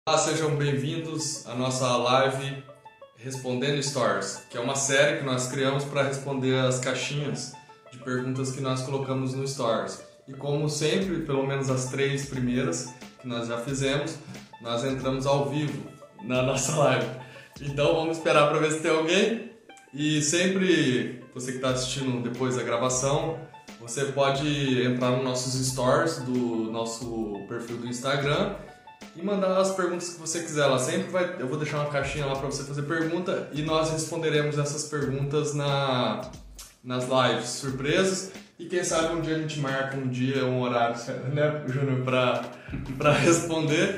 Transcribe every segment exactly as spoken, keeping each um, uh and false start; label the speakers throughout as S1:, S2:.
S1: Olá, sejam bem-vindos à nossa live Respondendo Stories, que é uma série que nós criamos para responder as caixinhas de perguntas que nós colocamos no Stories. E como sempre, pelo menos as três primeiras que nós já fizemos, nós entramos ao vivo na nossa live. Então vamos esperar para ver se tem alguém. E sempre, você que está assistindo depois da gravação, você pode entrar nos nossos stories do nosso perfil do Instagram e mandar as perguntas que você quiser. Ela sempre vai, eu vou deixar uma caixinha lá para você fazer pergunta e nós responderemos essas perguntas na, nas lives surpresas. E quem sabe um dia a gente marca um dia, um horário, né, Júnior, para para responder.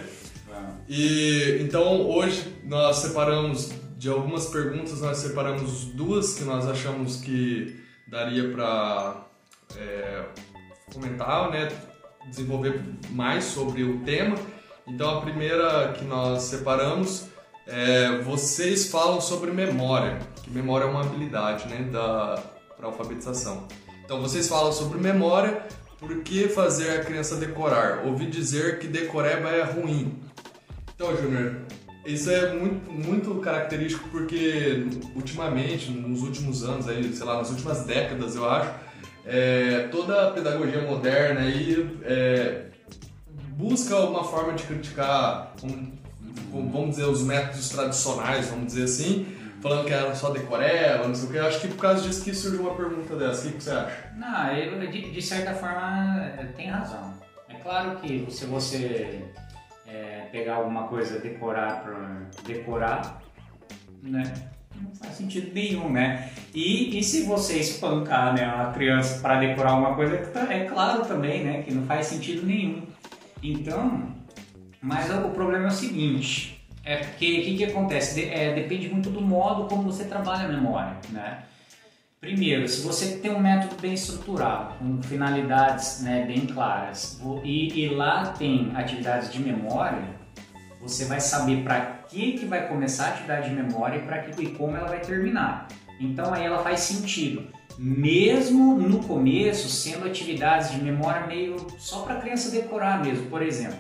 S1: E então hoje nós separamos de algumas perguntas, nós separamos duas que nós achamos que daria para é, comentar, né, desenvolver mais sobre o tema. Então a primeira que nós separamos é: vocês falam sobre memória, que memória é uma habilidade, né, da para alfabetização. Então vocês falam sobre memória, por que fazer a criança decorar? Ouvi dizer que decoreba é ruim. Então, Júnior, isso é muito, muito característico porque ultimamente, nos últimos anos, aí, sei lá, nas últimas décadas, eu acho, é, toda a pedagogia moderna aí, é, busca uma forma de criticar, vamos dizer, os métodos tradicionais, vamos dizer assim, falando que era só decoreba, não sei o que. Eu acho que por causa disso que surgiu uma pergunta dessa. O que você acha?
S2: Não, eu, de, de certa forma tem razão. É claro que se você é, pegar alguma coisa, decorar para decorar, né, não faz sentido nenhum, né? E, e se você espancar, né, uma criança para decorar alguma coisa, é claro também, né, que não faz sentido nenhum. Então, mas o problema é o seguinte, é porque o que, que acontece? De, é, depende muito do modo como você trabalha a memória, né? Primeiro, se você tem um método bem estruturado, com finalidades, né, bem claras, e, e lá tem atividades de memória, você vai saber para que, que vai começar a atividade de memória e, pra que, e como ela vai terminar. Então aí ela faz sentido. Mesmo no começo, sendo atividades de memória meio só para a criança decorar mesmo. Por exemplo,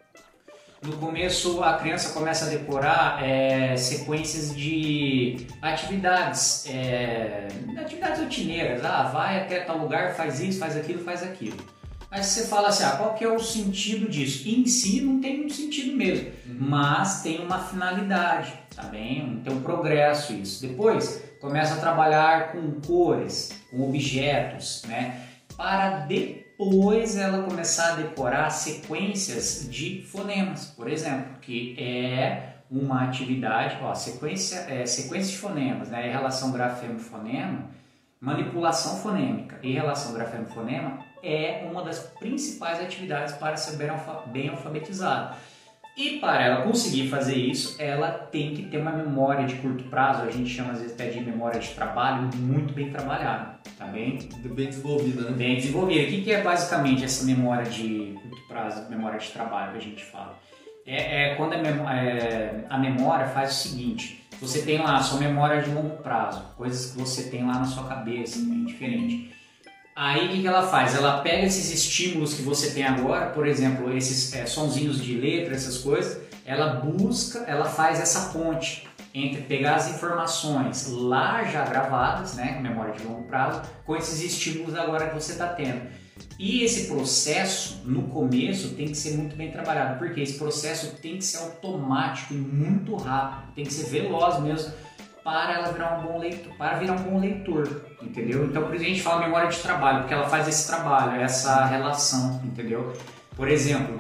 S2: no começo a criança começa a decorar é, sequências de atividades, é, atividades rotineiras. Ah, vai até tal lugar, faz isso, faz aquilo, faz aquilo. Aí você fala assim, ah, qual que é o sentido disso? Em si não tem muito sentido mesmo, uhum. Mas tem uma finalidade, tá bem? Tem um progresso isso. Depois começa a trabalhar com cores, com objetos, né? Para depois ela começar a decorar sequências de fonemas, por exemplo, que é uma atividade, ó, sequência, é, sequência de fonemas, né? Relação grafema-fonema, manipulação fonêmica e relação grafema-fonema é uma das principais atividades para ser bem alfabetizado. E para ela conseguir fazer isso, ela tem que ter uma memória de curto prazo, a gente chama às vezes até de memória de trabalho, muito bem trabalhada, tá bem?
S1: Bem desenvolvida, né?
S2: Bem desenvolvida. O que é basicamente essa memória de curto prazo, memória de trabalho que a gente fala? É, é quando a memória, é, a memória faz o seguinte: você tem lá a sua memória de longo prazo, coisas que você tem lá na sua cabeça, é diferente. Aí o que, que ela faz? Ela pega esses estímulos que você tem agora, por exemplo, esses é, sonzinhos de letra, essas coisas, ela busca, ela faz essa ponte entre pegar as informações lá já gravadas, né, com memória de longo prazo, com esses estímulos agora que você está tendo. E esse processo, no começo, tem que ser muito bem trabalhado, porque esse processo tem que ser automático e muito rápido, tem que ser veloz mesmo, para ela virar um bom leitor, para virar um bom leitor, entendeu? Então por isso a gente fala memória de trabalho, porque ela faz esse trabalho, essa relação, entendeu? Por exemplo,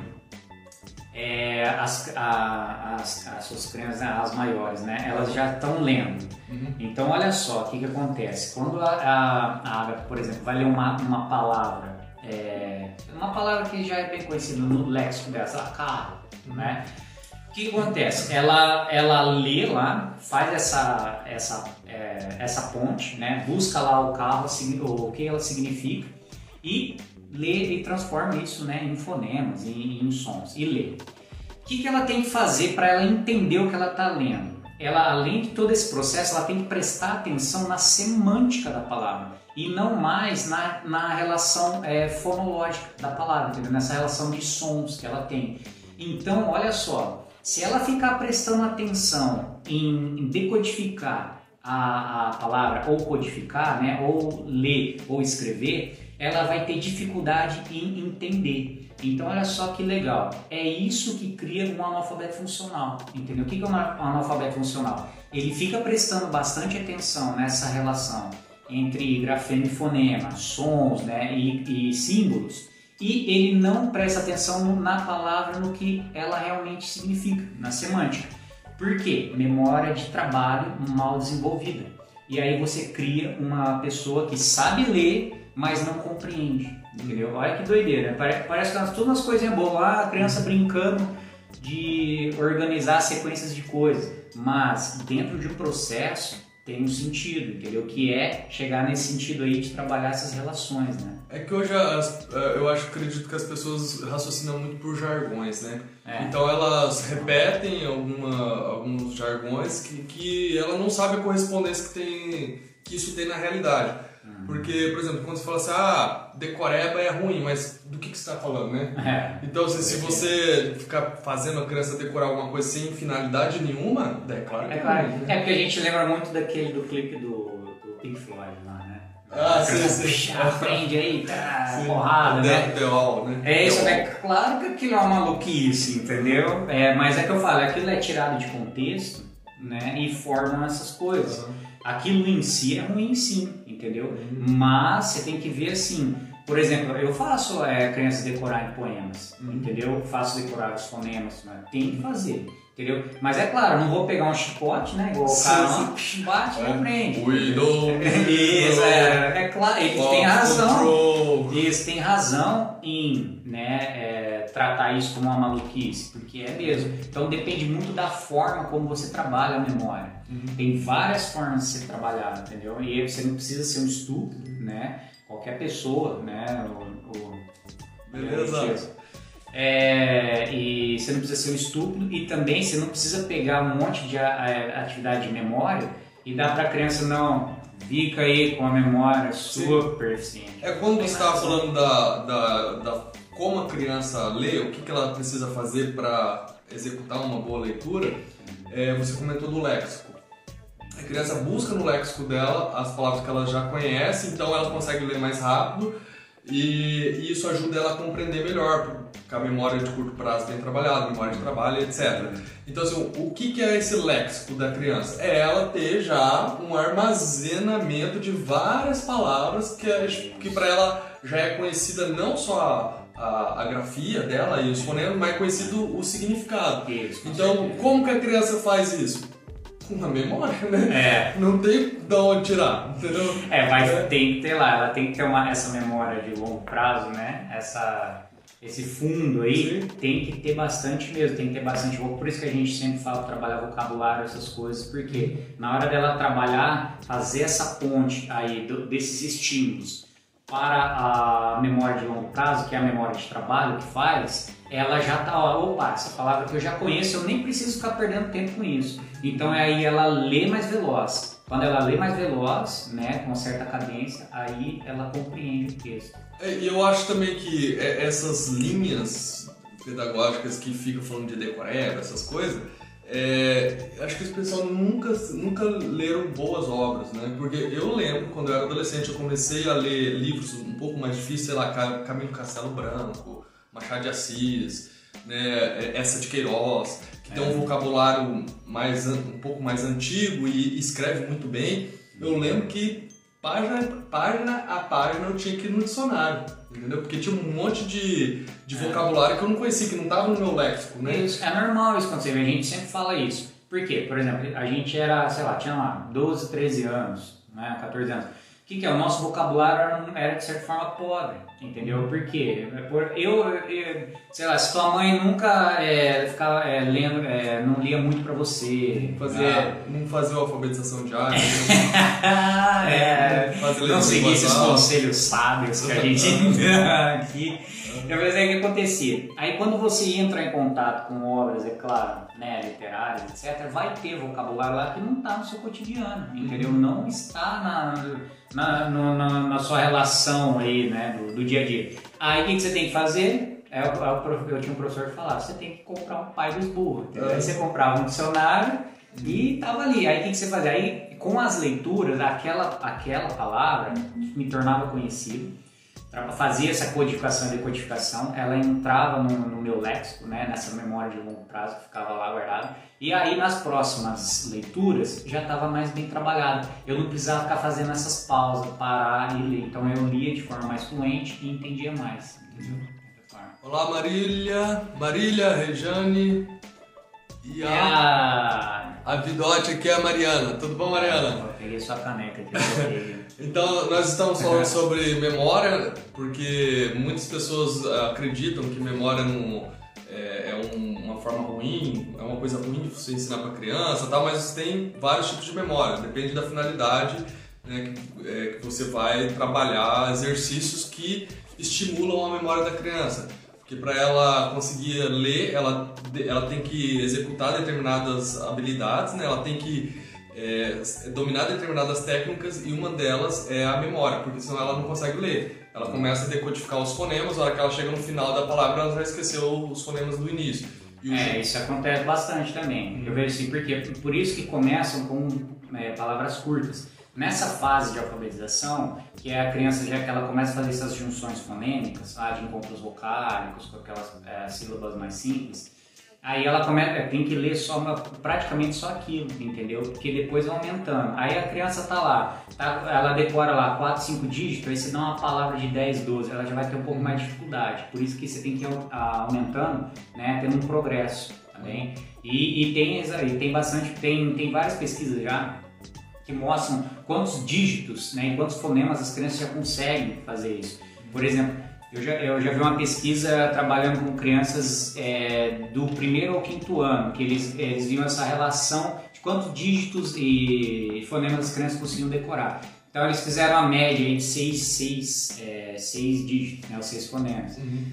S2: é, as, a, as, as suas crianças, né, as maiores, né, elas já estão lendo. Uhum. Então olha só o que, que acontece. Quando a, a, a Agatha, por exemplo, vai ler uma, uma palavra, é, uma palavra que já é bem conhecida no léxico dela, carro, uhum. né? O que acontece? Ela, ela lê lá, faz essa, essa, é, essa ponte, né? Busca lá o carro, o que ela significa e lê e transforma isso, né, em fonemas, em, em sons, e lê. O que, que ela tem que fazer para ela entender o que ela está lendo? Ela, além de todo esse processo, ela tem que prestar atenção na semântica da palavra e não mais na, na relação é, fonológica da palavra, entendeu? Nessa relação de sons que ela tem. Então, olha só, Se ela ficar prestando atenção em decodificar a, a palavra, ou codificar, né, ou ler ou escrever, ela vai ter dificuldade em entender. Então olha só que legal, é isso que cria um analfabeto funcional, entendeu? O que é um analfabeto funcional? Ele fica prestando bastante atenção nessa relação entre grafema e fonema, sons, né, e, e símbolos, e ele não presta atenção na palavra, no que ela realmente significa, na semântica. Por quê? Memória de trabalho mal desenvolvida. E aí você cria uma pessoa que sabe ler, mas não compreende, entendeu? Olha que doideira, né? Parece, parece que todas as coisinhas boas lá, a criança brincando de organizar sequências de coisas, mas dentro de um processo tem um sentido, entendeu? Que é chegar nesse sentido aí de trabalhar essas relações, né?
S1: É que hoje as, eu acho, acredito que as pessoas raciocinam muito por jargões, né? É. Então elas repetem alguma, alguns jargões que, que ela não sabe a correspondência que, tem, que isso tem na realidade. Uhum. Porque, por exemplo, quando você fala assim, ah, decoreba é ruim, mas do que, que você está falando, né? É. Então, se, se você ficar fazendo a criança decorar alguma coisa sem finalidade nenhuma, é claro que é,
S2: é claro. Ruim, né? É porque a gente lembra muito daquele do clipe do, do Pink Floyd lá, né?
S1: Ah, sim, sim.
S2: Aprende aí, tá, sim, porrada, né?
S1: The All, né?
S2: É isso, é claro que aquilo é uma maluquice, entendeu? É, mas é que eu falo, aquilo é tirado de contexto, né? E formam essas coisas. Uhum. Aquilo em si é ruim sim, entendeu? Uhum. Mas você tem que ver assim, por exemplo, eu faço é, crianças decorar em poemas, uhum. entendeu? Faço decorar os fonemas, né? Tem que fazer, entendeu? Mas é claro, eu não vou pegar um chicote, né? Igual o cara lá, bate e aprende.
S1: Cuidou!
S2: Isso, é, é claro, ele tem razão. Isso, tem razão em, né, é, tratar isso como uma maluquice, porque é mesmo. Então depende muito da forma como você trabalha a memória. Uhum. Tem várias formas de ser trabalhado, entendeu? E você não precisa ser um estúpido, né? Qualquer pessoa, né? O, o,
S1: Beleza.
S2: É, e você não precisa ser um estúpido e também você não precisa pegar um monte de a, a, atividade de memória e dar para a criança, não, fica aí com a memória super eficiente.
S1: É quando você estava falando da, da, da como a criança lê, o que, que ela precisa fazer para executar uma boa leitura, é, você comentou do léxico. A criança busca no léxico dela as palavras que ela já conhece, então ela consegue ler mais rápido e, e isso ajuda ela a compreender melhor, porque a memória de curto prazo bem trabalhada, memória de trabalho, etcétera. Então, assim, o que, que é esse léxico da criança? É ela ter já um armazenamento de várias palavras que, é, que para ela já é conhecida não só a, a, a grafia dela e os fonemas, mas é conhecido o significado.
S2: Isso,
S1: então, como que a criança faz isso? Com a memória, né?
S2: É.
S1: Não tem de onde tirar, entendeu?
S2: É, vai, é. Tem que ter lá, ela tem que ter uma, essa memória de longo prazo, né? Essa, esse fundo aí, sim, tem que ter bastante mesmo, tem que ter bastante. Por isso que a gente sempre fala trabalhar vocabulário, essas coisas, porque na hora dela trabalhar, fazer essa ponte aí do, desses estímulos para a memória de longo prazo, que é a memória de trabalho que faz, ela já tá, ó, opa, essa palavra que eu já conheço, eu nem preciso ficar perdendo tempo com isso. Então aí ela lê mais veloz. Quando ela lê mais veloz, né, com certa cadência, aí ela compreende o texto.
S1: E eu acho também que essas linhas pedagógicas que ficam falando de decoreba, essas coisas, é, acho que os pessoal nunca, nunca leram boas obras, né? Porque eu lembro, quando eu era adolescente, eu comecei a ler livros um pouco mais difíceis, sei lá, Caminho do Castelo Branco, Machado de Assis, né, essa de Queiroz, que é. tem um vocabulário mais, um pouco mais antigo e escreve muito bem. Eu lembro que página, página a página eu tinha que ir no dicionário, entendeu? Porque tinha um monte de, de vocabulário que eu não conhecia, que não estava no meu léxico, né?
S2: Isso, é normal isso acontecer, a gente sempre fala isso. Por quê? Por exemplo, a gente era, sei lá, tinha lá doze, treze anos, né, catorze anos. O que, que é? O nosso vocabulário era, de certa forma, pobre, entendeu? Por quê? Eu, eu sei lá, se tua mãe nunca é, ficava, é, lendo, é, não lia muito pra você...
S1: Fazer, ah, não fazia alfabetização diária.
S2: é, não seguir esses conselhos sábios que a gente dá aqui. Eu falei assim, o que acontecia? Aí quando você entra em contato com obras, é claro, né, literárias, etcétera, vai ter vocabulário lá que não está no seu cotidiano, entendeu? Não está na, na, na, na sua relação aí, né, do, do dia a dia. Aí o que, que você tem que fazer? eu, eu, eu tinha um professor que falava, você tem que comprar um pai dos burros. É. Aí você comprava um dicionário e tava ali. Aí o que, que você fazia? Aí com as leituras, aquela, aquela palavra me tornava conhecido. Fazia essa codificação e decodificação, ela entrava no, no meu léxico, né, nessa memória de longo prazo que ficava lá guardada. E aí nas próximas leituras já estava mais bem trabalhado. Eu não precisava ficar fazendo essas pausas, parar e ler. Então eu lia de forma mais fluente e entendia mais. Entendeu?
S1: Olá Marília, Marília, Rejane e a...
S2: É a...
S1: a Vidote aqui é a Mariana. Tudo bom, Mariana?
S2: Eu peguei sua caneca aqui.
S1: Então, nós estamos falando sobre memória, porque muitas pessoas acreditam que memória não é, é um, uma forma ruim, é uma coisa ruim de você ensinar para criança, tal, mas tem vários tipos de memória, depende da finalidade, né, que, é, que você vai trabalhar exercícios que estimulam a memória da criança. Porque para ela conseguir ler, ela, ela tem que executar determinadas habilidades, né? Ela tem que é, dominar determinadas técnicas e uma delas é a memória, porque senão ela não consegue ler. Ela começa a decodificar os fonemas, na hora que ela chega no final da palavra, ela já esqueceu os fonemas do início.
S2: E é, isso acontece bastante também. Eu vejo assim, porque por isso que começam com é, palavras curtas. Nessa fase de alfabetização, que é a criança já que ela começa a fazer essas junções fonêmicas, ah, de encontros vocálicos, com aquelas é, sílabas mais simples, aí ela começa, tem que ler só, praticamente só aquilo, entendeu? Porque depois vai aumentando. Aí a criança tá lá, tá, ela decora lá quatro, cinco dígitos, aí você dá uma palavra de dez, doze, ela já vai ter um pouco mais de dificuldade. Por isso que você tem que ir aumentando, né, tendo um progresso, tá bem? E, e, tem, e tem bastante, tem, tem várias pesquisas já que mostram quantos dígitos, né, e quantos fonemas as crianças já conseguem fazer isso. Por exemplo, eu já, eu já vi uma pesquisa trabalhando com crianças é, do primeiro ao quinto ano, que eles, eles viam essa relação de quantos dígitos e fonemas as crianças conseguiam decorar. Então eles fizeram a média de seis, seis, é, seis dígitos, né, os seis fonemas. Uhum.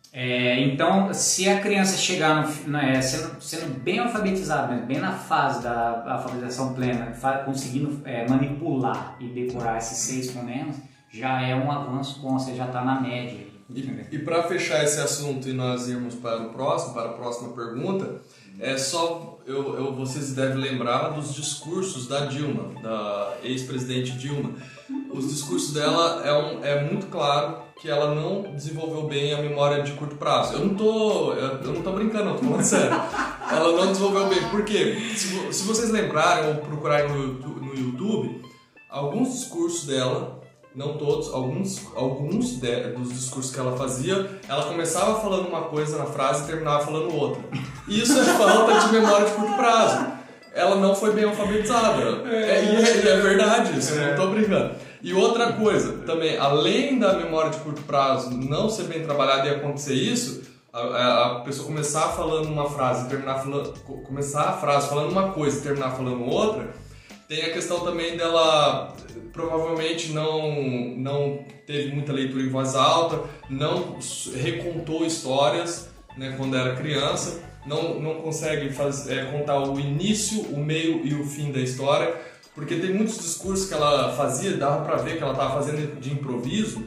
S2: É, então, se a criança chegar no, né, sendo, sendo bem alfabetizada, né, bem na fase da alfabetização plena, conseguindo é, manipular e decorar esses seis fonemas, já é um avanço bom, você já está na média.
S1: E, e para fechar esse assunto e nós irmos para o próximo, para a próxima pergunta, é só eu, eu, vocês devem lembrar dos discursos da Dilma, da ex-presidente Dilma. Os discursos dela é, um, é muito claro que ela não desenvolveu bem a memória de curto prazo. Eu não tô, eu não tô brincando, eu tô falando sério. Ela não desenvolveu bem. Por quê? Se, se vocês lembrarem ou procurarem no YouTube, no YouTube, alguns discursos dela, não todos, alguns, alguns de, dos discursos que ela fazia, ela começava falando uma coisa na frase e terminava falando outra. E isso é falta de memória de curto prazo. Ela não foi bem alfabetizada. É, e é, é verdade isso, eu não tô brincando. E outra coisa, também, além da memória de curto prazo não ser bem trabalhada e acontecer isso, a, a pessoa começar falando uma frase e terminar falando, começar a frase falando uma coisa e terminar falando outra, tem a questão também dela provavelmente não, não teve muita leitura em voz alta, não recontou histórias, né, quando era criança, não, não consegue faz, é, contar o início, o meio e o fim da história, porque tem muitos discursos que ela fazia, dava pra ver que ela estava fazendo de improviso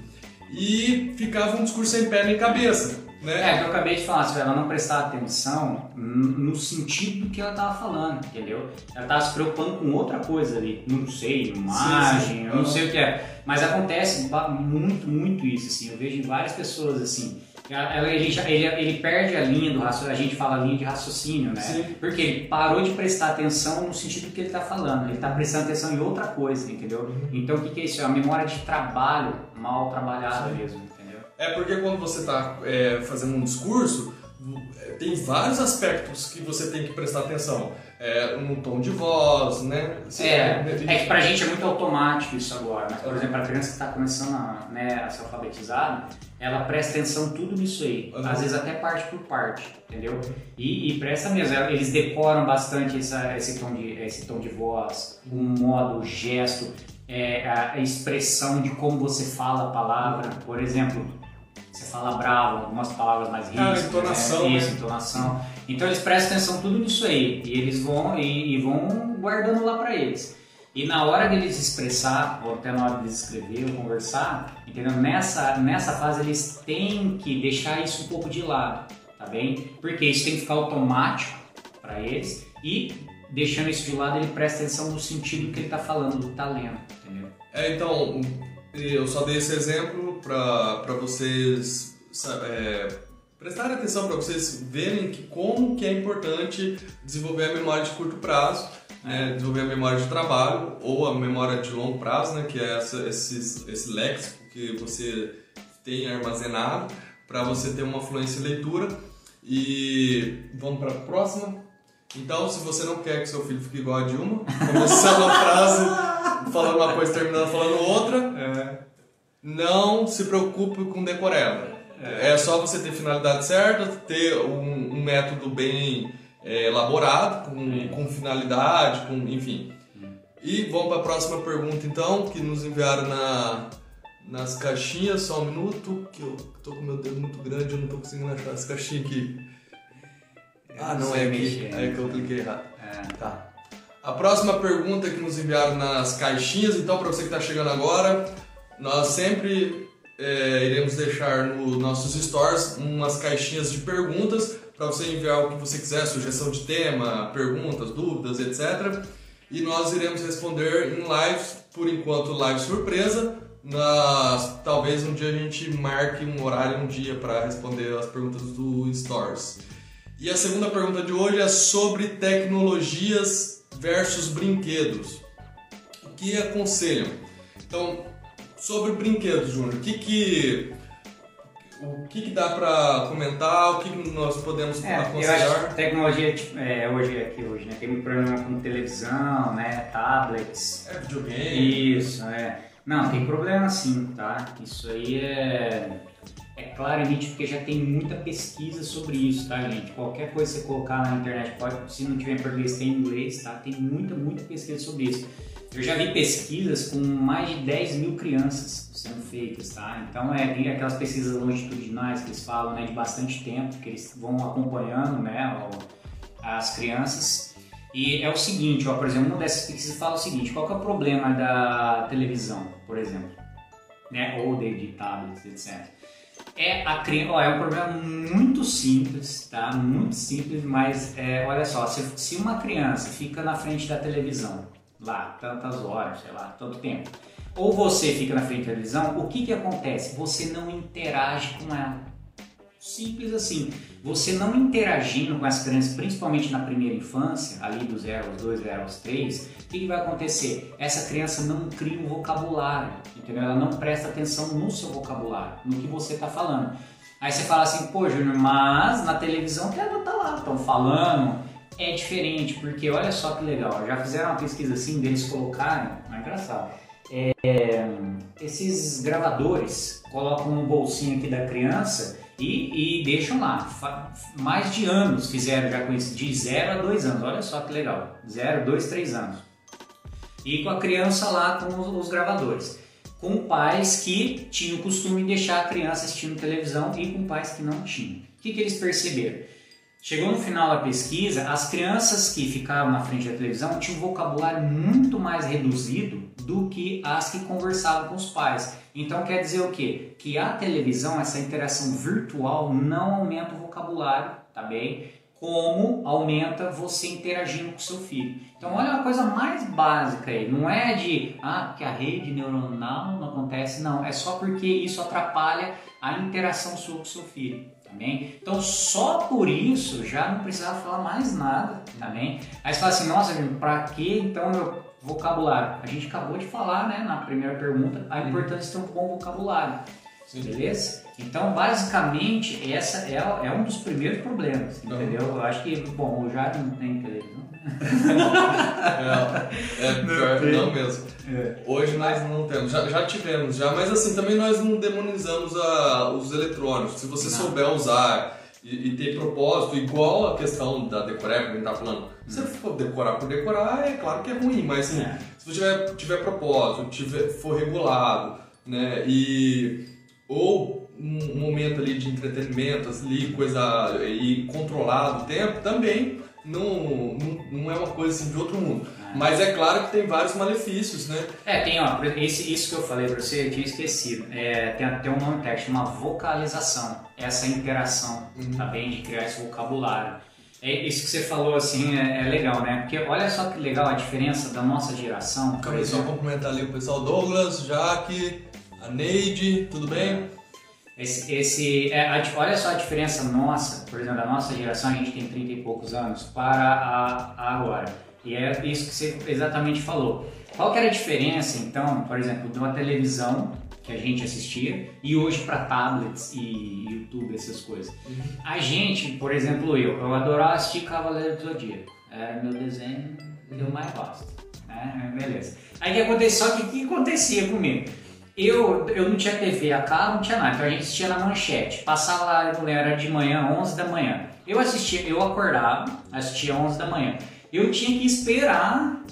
S1: e ficava um discurso sem pé nem cabeça, né?
S2: É, que eu acabei de falar, se ela não prestar atenção no sentido do que ela estava falando, entendeu? Ela estava se preocupando com outra coisa ali, não sei, imagem, sim, sim. eu não sei o que é, mas acontece muito, muito isso, assim, eu vejo em várias pessoas, assim, ela, ele, ele, ele perde a linha do raciocínio, a gente fala linha de raciocínio, né? Sim. Porque ele parou de prestar atenção no sentido do que ele está falando, ele está prestando atenção em outra coisa, entendeu? Uhum. Então o que, que é isso? É a memória de trabalho mal trabalhada mesmo, entendeu?
S1: É porque quando você está é, fazendo um discurso, tem vários aspectos que você tem que prestar atenção. É, no tom de voz, né?
S2: Assim, é, é que pra gente é muito automático isso agora, mas por exemplo, a criança que está começando a, né, a ser alfabetizada, ela presta atenção tudo nisso aí, uhum. Às vezes até parte por parte, entendeu? E, e presta mesmo, eles decoram bastante essa, esse, tom de, esse tom de voz, o modo, o gesto, é, a expressão de como você fala a palavra, por exemplo, você fala bravo, algumas palavras mais rígidas,
S1: ah, entonação,
S2: né? Isso,
S1: né?
S2: entonação. Então eles prestam atenção tudo nisso aí e eles vão e, e vão guardando lá para eles. E na hora deles expressar, ou até na hora deles escrever ou conversar, entendeu? Nessa, nessa fase eles têm que deixar isso um pouco de lado, tá bem? Porque isso tem que ficar automático para eles e deixando isso de lado ele presta atenção no sentido que ele está falando, do talento, entendeu?
S1: É, então, eu só dei esse exemplo para vocês é, prestarem atenção, para vocês verem que como que é importante desenvolver a memória de curto prazo, né, desenvolver a memória de trabalho ou a memória de longo prazo, né, que é essa, esses, esse léxico que você tem armazenado para você ter uma fluência em leitura. E vamos para a próxima. Então, se você não quer que seu filho fique igual a Dilma, começando a frase falando uma coisa e terminando falando outra, é. não se preocupe com decoreba. É. é só você ter finalidade certa, ter um, um método bem é, elaborado, com, com finalidade, com, enfim. E vamos para a próxima pergunta, então, que nos enviaram na, nas caixinhas. Só um minuto, que eu tô com o meu dedo muito grande, eu não tô conseguindo achar essa caixinha aqui. Ah, não, é aqui. É que eu cliquei errado. É. Tá. A próxima pergunta que nos enviaram nas caixinhas, então, para você que está chegando agora, nós sempre é, iremos deixar nos nossos stories umas caixinhas de perguntas para você enviar o que você quiser, sugestão de tema, perguntas, dúvidas, etcétera. E nós iremos responder em lives, por enquanto live surpresa. Nas, talvez um dia a gente marque um horário, um dia para responder as perguntas do Stories. E a segunda pergunta de hoje é sobre tecnologias versus brinquedos. O que aconselham? Então, sobre brinquedos, Júnior, o que que, o que, que dá para comentar? O que, que nós podemos
S2: é,
S1: aconselhar?
S2: Eu acho que tecnologia, é, hoje aqui hoje, né? Tem muito problema com televisão, né? Tablets.
S1: É videogame.
S2: Isso, é. Não, tem problema sim, tá? Isso aí é... É claro, gente, porque já tem muita pesquisa sobre isso, tá, gente? Qualquer coisa que você colocar na internet, pode, se não tiver em português, tem em inglês, tá? Tem muita, muita pesquisa sobre isso. Eu já vi pesquisas com mais de dez mil crianças sendo feitas, tá? Então, é, tem aquelas pesquisas longitudinais que eles falam, né, de bastante tempo, que eles vão acompanhando, né, as crianças. E é o seguinte, ó, por exemplo, uma dessas pesquisas fala o seguinte: qual que é o problema da televisão, por exemplo, né, ou de, de tablets, etcétera. É, a criança, ó, é um problema muito simples, tá? Muito simples, mas é, olha só, se, se uma criança fica na frente da televisão, lá, tantas horas, sei lá, tanto tempo, ou você fica na frente da televisão, o que que acontece? Você não interage com ela. Simples assim. Você não interagindo com as crianças, principalmente na primeira infância, ali do zero aos dois, zero aos três, o que, que vai acontecer? Essa criança não cria um vocabulário, entendeu? Ela não presta atenção no seu vocabulário, no que você está falando. Aí você fala assim, pô, Júnior, mas na televisão ela tá lá, estão falando. É diferente, porque olha só que legal, já fizeram uma pesquisa assim, deles colocarem, é engraçado, é, esses gravadores colocam no bolsinho aqui da criança e, e deixam lá, mais de anos fizeram já com isso, de zero a dois anos, olha só que legal, zero, dois, três anos. E com a criança lá com os, os gravadores, com pais que tinham o costume de deixar a criança assistindo televisão e com pais que não tinham. O que, que eles perceberam? Chegou no final da pesquisa, as crianças que ficavam na frente da televisão tinham um vocabulário muito mais reduzido do que as que conversavam com os pais. Então quer dizer o quê? Que a televisão, essa interação virtual, não aumenta o vocabulário, tá bem? Como aumenta você interagindo com seu filho. Então olha uma coisa mais básica aí, não é de, ah, porque a rede neuronal não acontece, não. É só porque isso atrapalha a interação sua com seu filho. Também. Então só por isso já não precisava falar mais nada, tá bem? Aí você fala assim, nossa, para que então meu vocabulário? A gente acabou de falar, né, na primeira pergunta, a importância de ter um bom vocabulário. Sim. Beleza? Então, basicamente, essa é, é um dos primeiros problemas, entendeu? Eu acho que, bom, já não tem televisão.
S1: é, é pior, não mesmo. É. Hoje nós não temos, já, já tivemos, já, mas assim, também nós não demonizamos a, os eletrônicos. Se você não. souber usar e, e ter propósito, igual a questão da decoreba que a gente tá falando, se você for decorar por decorar, é claro que é ruim, mas assim, é. se você tiver, tiver propósito, tiver, for regulado, né, e... ou um momento ali de entretenimento, ali, coisa, e controlado o tempo, também não, não, não é uma coisa assim de outro mundo. Ah. Mas é claro que tem vários malefícios, né?
S2: É, tem, ó, esse, isso que eu falei pra você, eu tinha esquecido. É, tem até um nome técnico, chama vocalização. Essa interação, uhum. tá bem? De criar esse vocabulário. É, isso que você falou, assim, é, é legal, né? Porque olha só que legal a diferença da nossa geração.
S1: Acabei só cumprimentar ali o pessoal Douglas, Jaque, a Neide, tudo bem?
S2: Esse, esse, é, a, olha só a diferença nossa, por exemplo, da nossa geração, a gente tem trinta e poucos anos, para a, a agora. E é isso que você exatamente falou. Qual que era a diferença, então, por exemplo, de uma televisão que a gente assistia e hoje para tablets e YouTube, essas coisas? Uhum. A gente, por exemplo, eu, eu adorava assistir Cavaleiro do Zodíaco. Era meu desenho que eu mais gosto. Né? Beleza. Aí que aconteceu, só que o que acontecia comigo? Eu, eu não tinha T V a cabo, não tinha nada, então a gente assistia na manchete. Passava lá, eu lembro, era de manhã, onze da manhã. Eu assistia, eu acordava, assistia onze da manhã. Eu tinha que esperar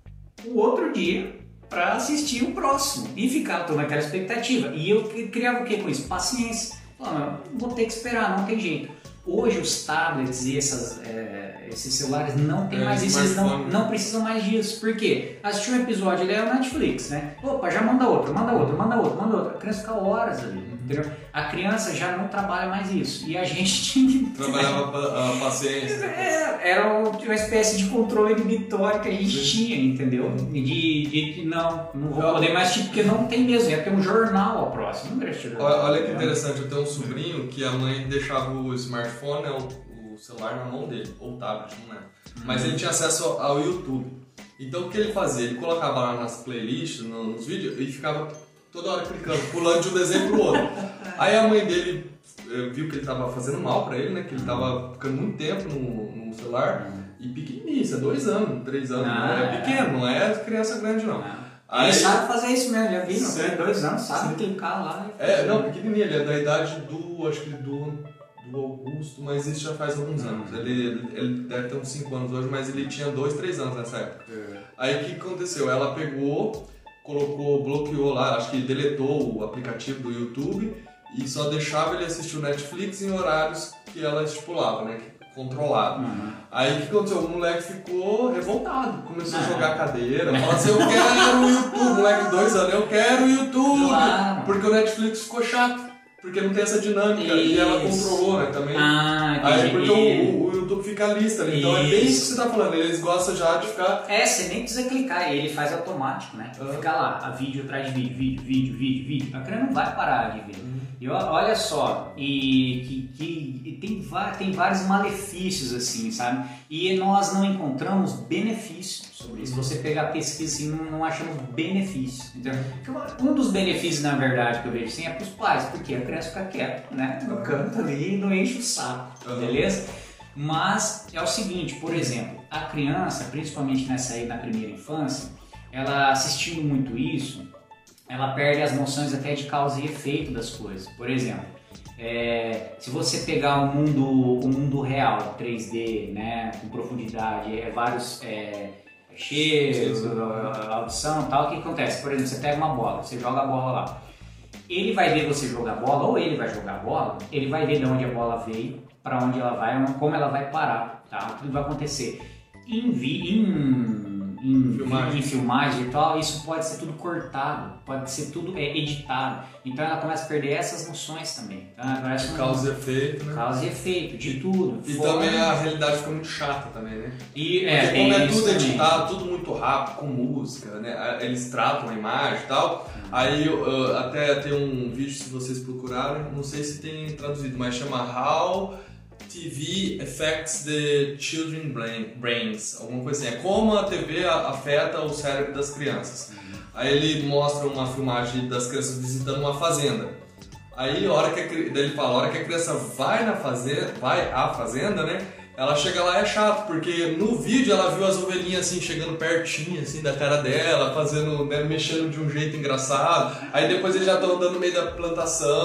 S2: o outro dia para assistir o próximo e ficava toda naquela expectativa. E eu criava o que com isso? Paciência. Falava, vou ter que esperar, não tem jeito. Hoje os tablets e essas, é, esses celulares não tem é, mais isso, eles não, não precisam mais disso. Por quê? Assistir um episódio, ele é o Netflix, né? Opa, já manda outro, manda outro, manda outro, manda outro. A criança fica horas ali, entendeu? A criança já não trabalha mais isso. E a gente tinha que...
S1: Trabalhava a paciência.
S2: É, era uma espécie de controle inibitório que a gente Sim. tinha, entendeu? De, de, de não, não vou poder mais assistir porque não tem mesmo. Ia ter um jornal ao próximo. Não
S1: olha, olha que interessante, eu tenho um sobrinho que a mãe deixava o smartphone, né, o, o celular na mão dele, ou o tablet, não é. Hum. Mas ele tinha acesso ao YouTube. Então o que ele fazia? Ele colocava lá nas playlists, nos vídeos, e ficava toda hora clicando, pulando de um desenho pro outro. Aí a mãe dele viu que ele tava fazendo mal pra ele, né? Que ele tava ficando muito tempo no, no celular. E pequenininho, isso é dois anos, três anos. Ah, é pequeno, não é criança grande não.
S2: Ah. Aí, ele sabe fazer isso mesmo, já vi, não tem dois anos, sabe sim. clicar lá.
S1: É, não, pequenininho, ele é da idade do, acho que do, do Augusto, mas isso já faz alguns anos. Ele, ele deve ter uns cinco anos hoje, mas ele tinha dois, três anos nessa época. É. Aí o que aconteceu? Ela pegou, colocou, bloqueou lá, acho que deletou o aplicativo do YouTube e só deixava ele assistir o Netflix em horários que ela estipulava, né? Controlado. Uhum. Aí o que aconteceu? O moleque ficou revoltado, começou uhum. a jogar a cadeira, falou assim, eu quero o YouTube, moleque de dois anos, eu quero o YouTube, claro. Porque o Netflix ficou chato, porque não tem essa dinâmica, isso. E ela controlou, né, também. Ah, aí porque o, o YouTube fica a lista ali, então isso. É bem isso que você tá falando, eles gostam já de ficar...
S2: É, você nem precisa clicar, ele faz automático, né, uhum. Fica lá, a vídeo atrás de vídeo, vídeo, vídeo, vídeo, vídeo, a criança não vai parar de ver. Uhum. E olha só, e, que, que, e tem, tem vários malefícios assim, sabe? E nós não encontramos benefícios sobre isso. Se você pegar a pesquisa assim, não, não achamos benefícios. Então, um dos benefícios, na verdade, que eu vejo assim, é para os pais, porque a criança fica quieta, né? No canto ali e não enche o saco, beleza? Mas é o seguinte, por exemplo, a criança, principalmente nessa aí na primeira infância, ela assistindo muito isso, ela perde as noções até de causa e efeito das coisas. Por exemplo, é, se você pegar o mundo, o mundo real, três D, né, com profundidade, é, vários é, cheiros, audição e tal, o que acontece? Por exemplo, você pega uma bola, você joga a bola lá. Ele vai ver você jogar a bola, ou ele vai jogar a bola, ele vai ver de onde a bola veio, para onde ela vai, como ela vai parar, tá? O que vai acontecer? Em... Vi, em Em filmagem. em filmagem e tal, isso pode ser tudo cortado, pode ser tudo é, editado. Então ela começa a perder essas noções também. Então,
S1: de causa e efeito, né?
S2: Causa e efeito, de tudo.
S1: E fora... também a realidade fica muito chata também, né?
S2: E, é,
S1: porque como é tudo editado, tudo muito rápido, com música, né? Eles tratam a imagem e tal. Hum. Aí uh, até tem um vídeo, se vocês procurarem, não sei se tem traduzido, mas chama How... T V affects the children's brain, brains, alguma coisa assim. É como a T V afeta o cérebro das crianças. Uhum. Aí ele mostra uma filmagem das crianças visitando uma fazenda. Aí a hora que a, daí ele fala, a hora que a criança vai na fazenda, vai à fazenda, né? Ela chega lá e é chato, porque no vídeo ela viu as ovelhinhas assim chegando pertinho assim da cara dela, fazendo, né, mexendo de um jeito engraçado. Aí depois eles já estão andando no meio da plantação.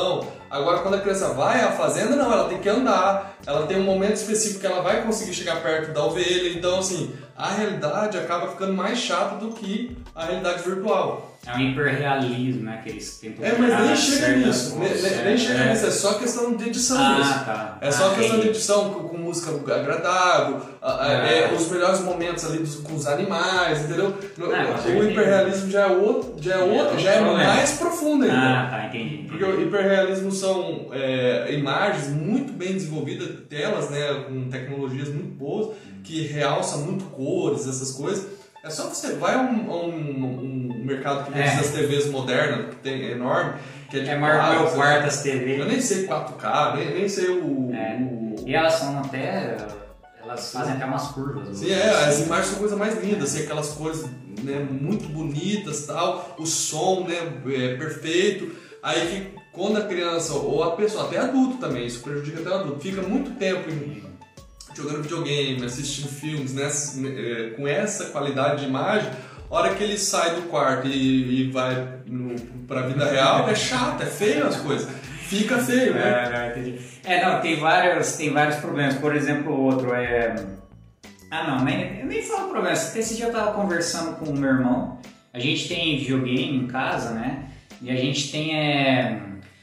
S1: Agora, quando a criança vai à fazenda, não, ela tem que andar, ela tem um momento específico que ela vai conseguir chegar perto da ovelha, então assim, a realidade acaba ficando mais chata do que a realidade virtual.
S2: É um hiperrealismo, né? Que eles tentam.
S1: É, mas nem chega nisso, nem, nem, nem chega
S2: é.
S1: nisso, é só questão de edição
S2: ah,
S1: mesmo.
S2: Tá.
S1: É só
S2: ah,
S1: questão
S2: é.
S1: de edição, com, com música agradável, é. É, os melhores momentos ali dos, com os animais, entendeu?
S2: Ah,
S1: o hiperrealismo já é outro, já é, outro, já é mais profundo ainda.
S2: Ah, tá, entendi. entendi.
S1: Porque o hiperrealismo são é, imagens muito bem desenvolvidas, telas, né, com tecnologias muito boas, que realçam muito cores, essas coisas. É só você vai a um, a um, um mercado que vende é. as T Vs modernas, que tem, é enorme, que é de
S2: é maior que o meu quarto as T V.
S1: Eu nem sei quatro K, nem, nem sei o,
S2: é.
S1: o...
S2: E elas são até... Elas fazem até umas curvas.
S1: Sim, é, as imagens são coisas mais lindas, assim, aquelas cores, né, muito bonitas, tal, o som, né, é perfeito. Aí que quando a criança, ou a pessoa, até adulto também, isso prejudica até o adulto, fica muito tempo em, jogando videogame, assistindo filmes, né, com essa qualidade de imagem, a hora que ele sai do quarto e, e vai no, pra vida real, é chato, é feio as coisas. Fica feio, né?
S2: É, não, entendi. É, não, tem vários, tem vários problemas. Por exemplo, o outro é... Ah, não, nem, eu nem falo problema. Esse dia eu tava conversando com o meu irmão. A gente tem videogame em casa, né? E a gente tem é,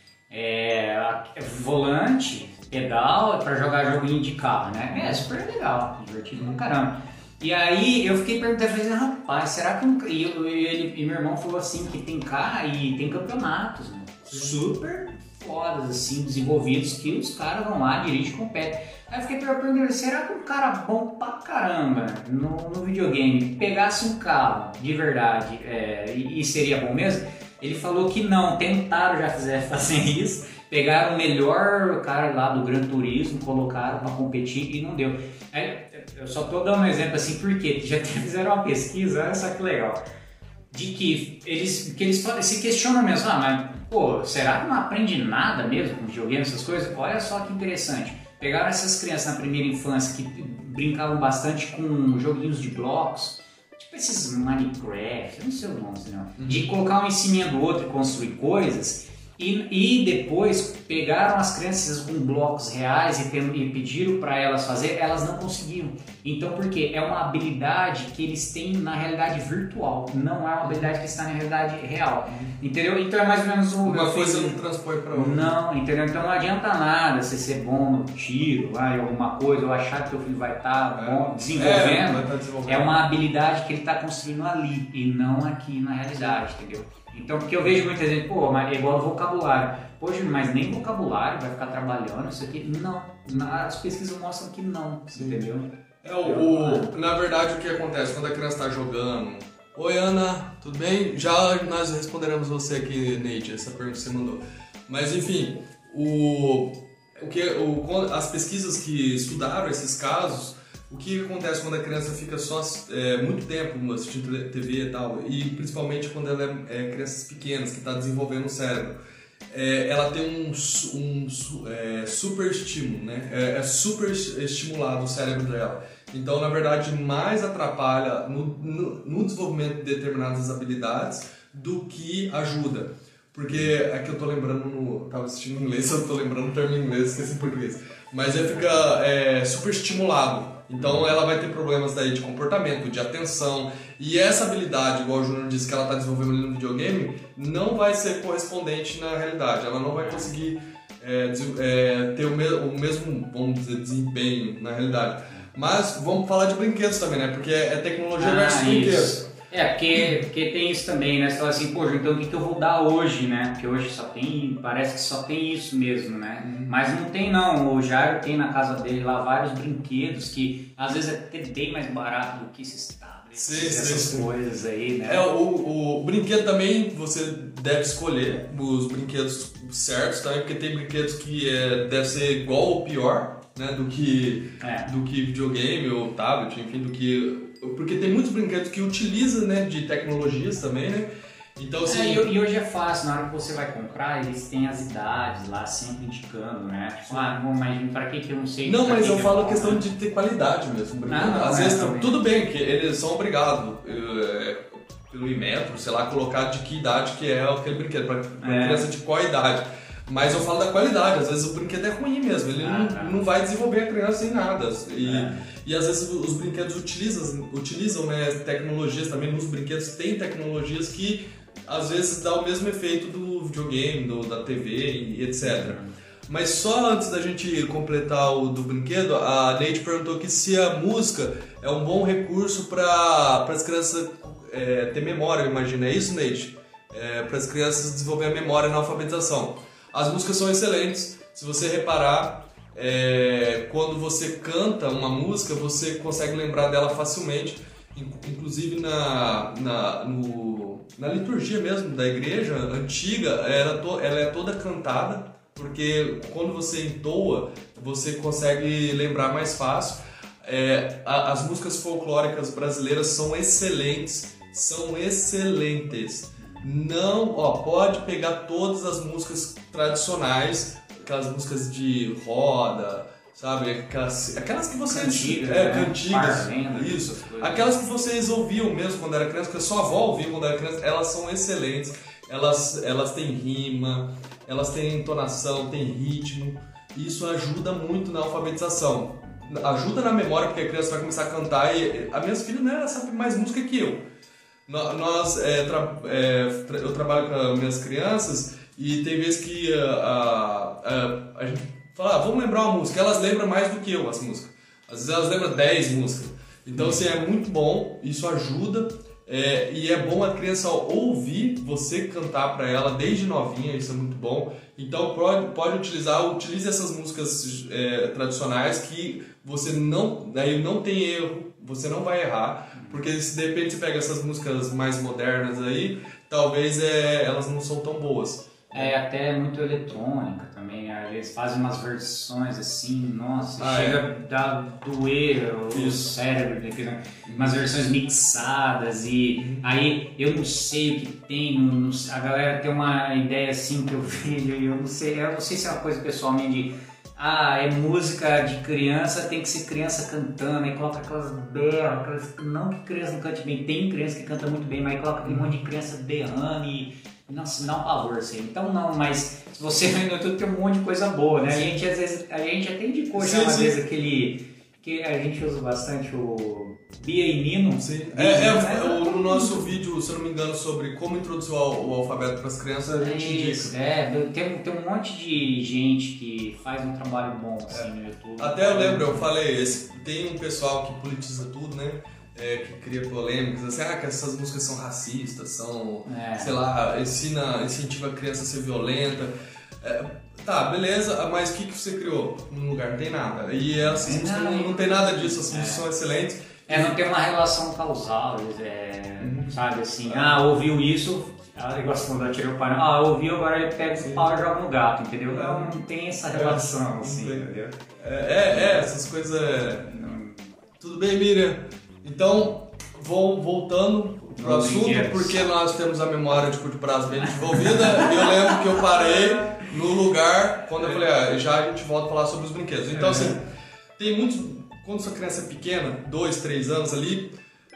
S2: é, volante, pedal para jogar joguinho de carro, né? É super legal, divertido pra caramba. E aí eu fiquei perguntando, falei, rapaz, será que... Um... E, eu, ele, e meu irmão falou assim que tem carro e tem campeonatos, né? Super fodas, assim, desenvolvidos, que os caras vão lá, dirigem e competem. Aí eu fiquei perguntando, será que um cara bom pra caramba no, no videogame pegasse um carro de verdade é, e, e seria bom mesmo? Ele falou que não, tentaram já fizer, fazer isso, pegaram o melhor cara lá do Gran Turismo, colocaram pra competir e não deu. Aí, eu só tô dando um exemplo assim, porque já fizeram uma pesquisa, olha só que legal, de que eles, que eles se questionam mesmo, ah, mas pô, será que não aprende nada mesmo com videogame, essas coisas? Olha só que interessante. Pegaram essas crianças na primeira infância que brincavam bastante com joguinhos de blocos, tipo esses Minecraft, eu não sei o nome, não, uhum. de colocar um em cima do outro e construir coisas, e, e depois pegaram as crianças com blocos reais e, tem, e pediram para elas fazer, elas não conseguiam. Então por quê? É uma habilidade que eles têm na realidade virtual, não é uma habilidade que está na realidade real, entendeu? Então é mais ou menos um...
S1: Uma coisa não transpõe para outra.
S2: Não, entendeu? Então não adianta nada você ser bom no tiro, vai, alguma coisa, ou achar que teu filho vai estar tá bom, desenvolvendo. É, vai tá desenvolvendo. É uma habilidade que ele está construindo ali e não aqui na realidade, entendeu? Então, porque eu vejo muita gente, pô, mas é igual o vocabulário. Poxa, mas nem vocabulário vai ficar trabalhando, isso aqui. Não, as pesquisas mostram que não, Sim. entendeu?
S1: É, o, o, na verdade, o que acontece quando a criança está jogando... Oi, Ana, tudo bem? Já nós responderemos você aqui, Neide, essa pergunta que você mandou. Mas, enfim, o, o que, o, as pesquisas que estudaram esses casos... O que acontece quando a criança fica só é, muito tempo assistindo T V e tal, e principalmente quando ela é, é crianças pequenas, que está desenvolvendo o cérebro, é, ela tem um, um é, super estímulo, né? É, é super estimulado o cérebro dela. Então, na verdade, mais atrapalha no, no, no desenvolvimento de determinadas habilidades do que ajuda. Porque é que eu tô lembrando, no, tava assistindo em inglês, eu tô lembrando o termo em inglês, esqueci em português. Mas ele fica é, super estimulado. Então ela vai ter problemas daí de comportamento, de atenção. E essa habilidade, igual o Júnior disse que ela está desenvolvendo ali no videogame, não vai ser correspondente na realidade. Ela não vai conseguir é, é, ter o, me o mesmo, vamos dizer, desempenho na realidade. Mas vamos falar de brinquedos também, né? Porque é tecnologia ah, versus brinquedos.
S2: É, porque, porque tem isso também, né? Você fala assim, poxa, então o que, que eu vou dar hoje, né? Porque hoje só tem, parece que só tem isso mesmo, né? Uhum. Mas não tem não, o Jairo tem na casa dele lá vários brinquedos que às vezes é até bem mais barato do que esses tablets, sim, essas sim, coisas sim. aí, né?
S1: É, o, o brinquedo também você deve escolher os brinquedos certos também, porque tem brinquedos que é, deve ser igual ou pior, né? Do que, é. do que videogame ou tablet, enfim, do que... Porque tem muitos brinquedos que utilizam, né, de tecnologias também, né? Então, assim...
S2: É, e hoje é fácil, na hora que você vai comprar, eles têm as idades lá sempre indicando, né? Tipo, ah, não, mas pra que que eu não sei...
S1: Não, mas eu
S2: que
S1: falo a questão de ter qualidade mesmo.
S2: Ah, não,
S1: Às
S2: é,
S1: vezes,
S2: também.
S1: Tudo bem que eles são obrigados, é, pelo Inmetro, sei lá, colocar de que idade que é aquele brinquedo, pra, pra é. criança de qual idade. Mas eu falo da qualidade, às vezes o brinquedo é ruim mesmo, ele
S2: ah,
S1: não,
S2: tá.
S1: não vai desenvolver a criança em nada. E,
S2: é.
S1: e às vezes os brinquedos utilizam, utilizam né, tecnologias também, nos brinquedos tem tecnologias que às vezes dá o mesmo efeito do videogame, do, da T V e etcétera. Mas só antes da gente completar o do brinquedo, a Neide perguntou que se a música é um bom recurso para as crianças é, ter memória, eu imagino. É isso, Neide? É, para as crianças desenvolver a memória na alfabetização. As músicas são excelentes. Se você reparar, é, quando você canta uma música, você consegue lembrar dela facilmente. Inclusive na, na, no, na liturgia mesmo da igreja antiga, ela, to, ela é toda cantada. Porque quando você entoa, você consegue lembrar mais fácil. É, a, as músicas folclóricas brasileiras são excelentes, são excelentes. Não, ó, pode pegar todas as músicas tradicionais, aquelas músicas de roda, sabe? Aquelas, aquelas que vocês...
S2: Cantigas,
S1: é,
S2: né?
S1: cantigas,
S2: Parlenda,
S1: isso. Aquelas que vocês ouviam mesmo quando era criança, que a sua avó ouvia quando era criança, elas são excelentes. Elas, elas têm rima, elas têm entonação, têm ritmo. E isso ajuda muito na alfabetização. Ajuda na memória, porque a criança vai começar a cantar e a minha filha, né, ela sabe mais música que eu. Nós, é, tra, é, eu trabalho com as minhas crianças e tem vezes que a, a, a, a gente fala, ah, vamos lembrar uma música. Elas lembram mais do que eu as músicas. Às vezes elas lembram dez músicas. Então, assim, é muito bom, isso ajuda. É, e é bom a criança ouvir você cantar para ela desde novinha, isso é muito bom. Então pode, pode utilizar, utilize essas músicas é, tradicionais que você não, daí não tem erro, você não vai errar, porque se de repente você pega essas músicas mais modernas aí, talvez é, elas não são tão boas.
S2: É até muito eletrônica também, né? Eles fazem umas versões assim, nossa,
S1: ah,
S2: chega
S1: é.
S2: a doer o Isso. cérebro, né? Umas versões mixadas e uhum. aí eu não sei o que tem, não, a galera tem uma ideia assim que eu vejo e eu não sei, eu não sei se é uma coisa pessoal minha de ah, é música de criança, tem que ser criança cantando, aí coloca aquelas berras, aquelas, não que criança não cante bem, tem criança que canta muito bem, mas aí coloca aquele monte de criança berrando e nossa, me dá um pavor, assim. Então não, mas se você vê no YouTube tem um monte de coisa boa, né? A gente às vezes, a gente até indicou já uma vez aquele, que a gente usa bastante o Bia e Nino.
S1: Sim. É, é, é, o, no nosso vídeo, se eu não me engano, sobre como introduzir o, o alfabeto para as crianças, a gente
S2: é isso,
S1: indica.
S2: É, tem, tem um monte de gente que faz um trabalho bom, assim, é. no YouTube.
S1: Até eu lembro, eu falei, esse, tem um pessoal que politiza tudo, né? É, que cria polêmicas, assim, ah, que essas músicas são racistas, são, é. sei lá, ensina, incentiva a criança a ser violenta. É, tá, beleza, mas o que, que você criou? No lugar não tem nada. E essas músicas não, não tem nada disso, as músicas é. são excelentes.
S2: É, não tem uma relação causal, é, uhum. sabe, assim, ah, ouviu isso, ah, igual você mandou, tirou o pau, ah, ouviu, agora ele pega o pau e joga no gato, entendeu? Não, não tem essa relação, é, assim, entendeu?
S1: É, é, é, essas coisas... É... Tudo bem, Miriam? Então, vou voltando pro Não assunto, porque nós temos a memória de curto prazo bem desenvolvida. Eu lembro que eu parei no lugar quando eu falei, ah, já a gente volta a falar sobre os brinquedos. Então, assim, tem muitos... Quando sua criança é pequena, dois, três anos ali,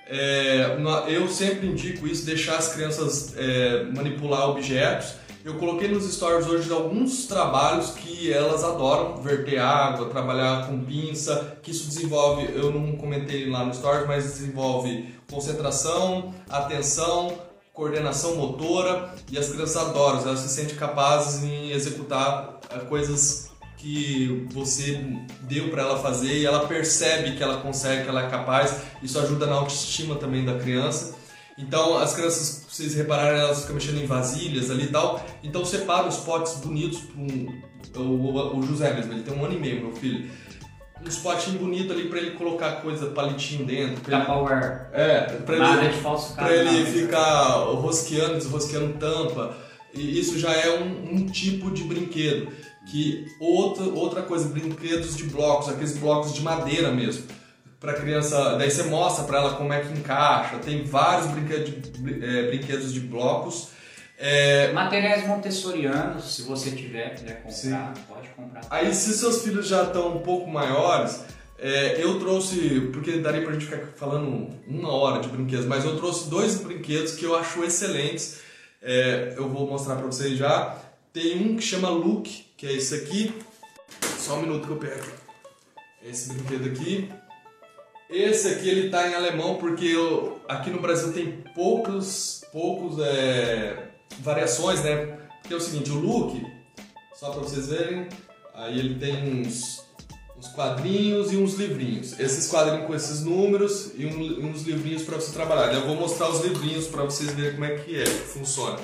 S1: é, eu sempre indico isso, deixar as crianças é, manipular objetos. Eu coloquei nos stories hoje alguns trabalhos que elas adoram, verter água, trabalhar com pinça, que isso desenvolve, eu não comentei lá no stories, mas desenvolve concentração, atenção, coordenação motora, e as crianças adoram, elas se sentem capazes em executar coisas que você deu para ela fazer e ela percebe que ela consegue, que ela é capaz. Isso ajuda na autoestima também da criança. Então as crianças, se vocês repararem, elas ficam mexendo em vasilhas ali e tal. Então separa os potes bonitos para um, o, o José mesmo, ele tem um ano e meio, meu filho. Um potinho bonito ali para ele colocar coisa, palitinho dentro.
S2: Pra power.
S1: É, para ele,
S2: de falso
S1: pra ele ficar rosqueando, desrosqueando tampa. E isso já é um, um tipo de brinquedo. Que outra, outra coisa, brinquedos de blocos, aqueles blocos de madeira mesmo. Pra criança, daí você mostra pra ela como é que encaixa. Tem vários brinquedos de, é, brinquedos de blocos. É...
S2: Materiais montessorianos, se você tiver, quiser comprar, Sim. pode comprar.
S1: Aí se seus filhos já estão um pouco maiores, é, eu trouxe, porque daria pra gente ficar falando uma hora de brinquedos, mas eu trouxe dois brinquedos que eu acho excelentes. É, eu vou mostrar pra vocês já. Tem um que chama Look, que é esse aqui. Só um minuto que eu pego. Esse brinquedo aqui. Esse aqui ele tá em alemão porque eu, aqui no Brasil tem poucos, poucos é, variações, né? Porque é o seguinte, o Look, só para vocês verem, aí ele tem uns, uns quadrinhos e uns livrinhos. Esses quadrinhos com esses números e, um, e uns livrinhos para você trabalhar. Eu vou mostrar os livrinhos para vocês verem como é que é, que funciona.